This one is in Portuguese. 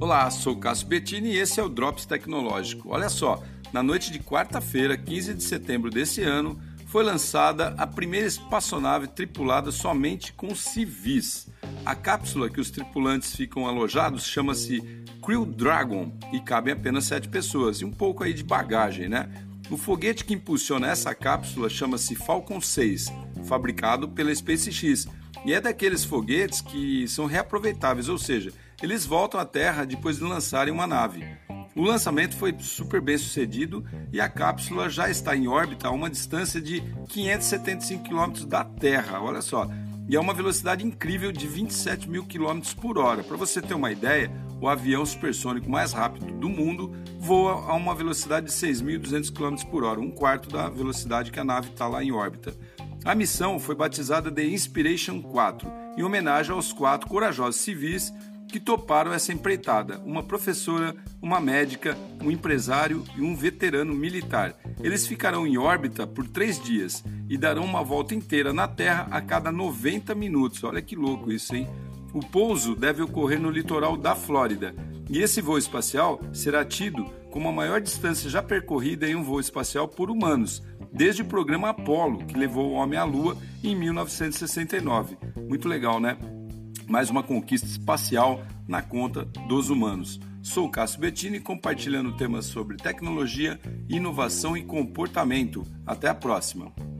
Olá, sou Cássio Bettini e esse é o Drops Tecnológico. Olha só, na noite de quarta-feira, 15 de setembro desse ano, foi lançada a primeira espaçonave tripulada somente com civis. A cápsula que os tripulantes ficam alojados chama-se Crew Dragon e cabe apenas 7 pessoas e um pouco aí de bagagem, né? O foguete que impulsiona essa cápsula chama-se Falcon 6, fabricado pela SpaceX, e é daqueles foguetes que são reaproveitáveis, ou seja, eles voltam à Terra depois de lançarem uma nave. O lançamento foi super bem sucedido e a cápsula já está em órbita a uma distância de 575 km da Terra, olha só, e é uma velocidade incrível de 27 mil km por hora. Para você ter uma ideia, o avião supersônico mais rápido do mundo voa a uma velocidade de 6.200 km por hora, um quarto da velocidade que a nave está lá em órbita. A missão foi batizada de Inspiration 4, em homenagem aos 4 corajosos civis que toparam essa empreitada, uma professora, uma médica, um empresário e um veterano militar. Eles ficarão em órbita por 3 dias e darão uma volta inteira na Terra a cada 90 minutos. Olha que louco isso, hein? O pouso deve ocorrer no litoral da Flórida e esse voo espacial será tido como a maior distância já percorrida em um voo espacial por humanos, desde o programa Apollo, que levou o homem à Lua em 1969. Muito legal, né? Mais uma conquista espacial na conta dos humanos. Sou Cássio Bettini, compartilhando temas sobre tecnologia, inovação e comportamento. Até a próxima!